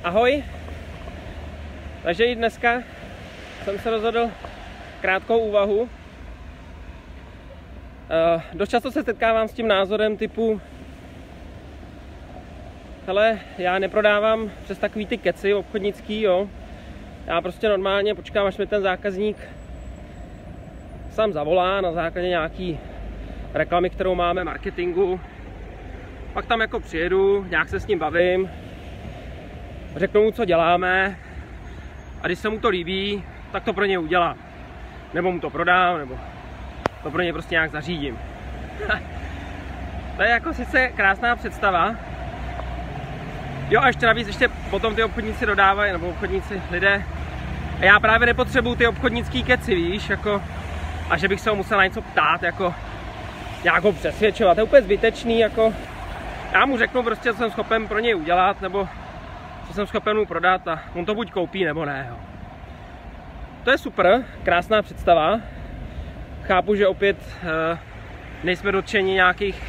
Ahoj. Takže i dneska jsem se rozhodl krátkou úvahu. Dost často se setkávám s tím názorem typu: hele, já neprodávám přes takový ty keci obchodnický, jo. Já prostě normálně počkám, až mi ten zákazník sám zavolá na základě nějaký reklamy, kterou máme, marketingu. Pak tam jako přijedu, nějak se s ním bavím, řeknu mu, co děláme, a když se mu to líbí, tak to pro něj udělám. Nebo mu to prodám, nebo to pro něj prostě nějak zařídím. To je jako sice krásná představa. Jo, a ještě navíc, ještě potom ty obchodníci dodávají, nebo obchodníci, lidé. A já právě nepotřebuju ty obchodnický keci, víš, jako, a že bych se ho musel na něco ptát, jako nějak ho přesvědčovat. To je úplně zbytečný, jako. Já mu řeknu prostě, co jsem schopen pro něj udělat, nebo co jsem schopen mu prodat, a on to buď koupí, nebo ne, jo. To je super, krásná představa. Chápu, že opět nejsme dotčeni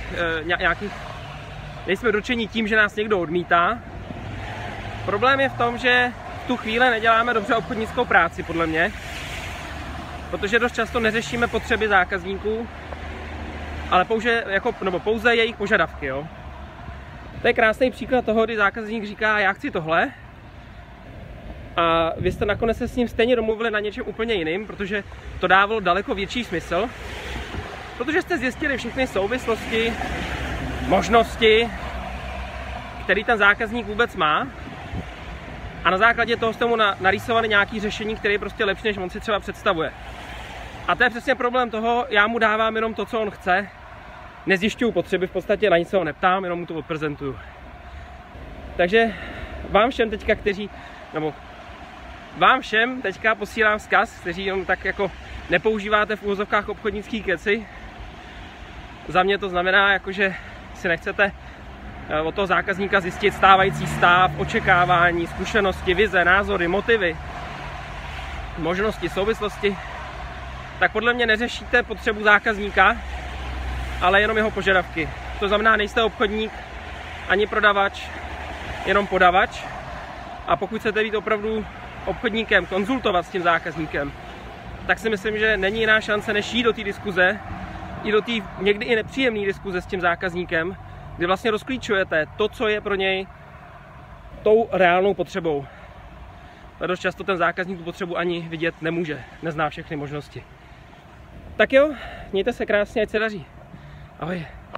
nejsme dotčeni tím, že nás někdo odmítá. Problém je v tom, že v tu chvíli neděláme dobře obchodnickou práci, podle mě. Protože dost často neřešíme potřeby zákazníků, ale pouze jejich požadavky, jo. To je krásný příklad toho, kdy zákazník říká: já chci tohle, a vy jste nakonec se s ním stejně domluvili na něčem úplně jiným, protože to dávalo daleko větší smysl, protože jste zjistili všechny souvislosti, možnosti, který ten zákazník vůbec má, a na základě toho jste mu narýsovali nějaké řešení, které je prostě lepší, než on si třeba představuje. A to je přesně problém toho: já mu dávám jenom to, co on chce, nezjišťuju potřeby, v podstatě na nic se ho neptám, jenom mu to odprezentuju. Takže vám všem teďka posílám vzkaz, kteří jenom tak jako nepoužíváte v úvozovkách obchodnický keci. Za mě to znamená, jako, že si nechcete od toho zákazníka zjistit stávající stav, očekávání, zkušenosti, vize, názory, motivy, možnosti, souvislosti. Tak podle mě neřešíte potřebu zákazníka, ale jenom jeho požadavky. To znamená, nejste obchodník ani prodavač, jenom podavač. A pokud chcete být opravdu obchodníkem, konzultovat s tím zákazníkem, tak si myslím, že není jiná šance, než jít do té diskuze, i do té někdy i nepříjemné diskuze s tím zákazníkem, kdy vlastně rozklíčujete to, co je pro něj tou reálnou potřebou. A dost často ten zákazník tu potřebu ani vidět nemůže, nezná všechny možnosti. Tak jo, mějte se krásně, ať se daří. Ahoj.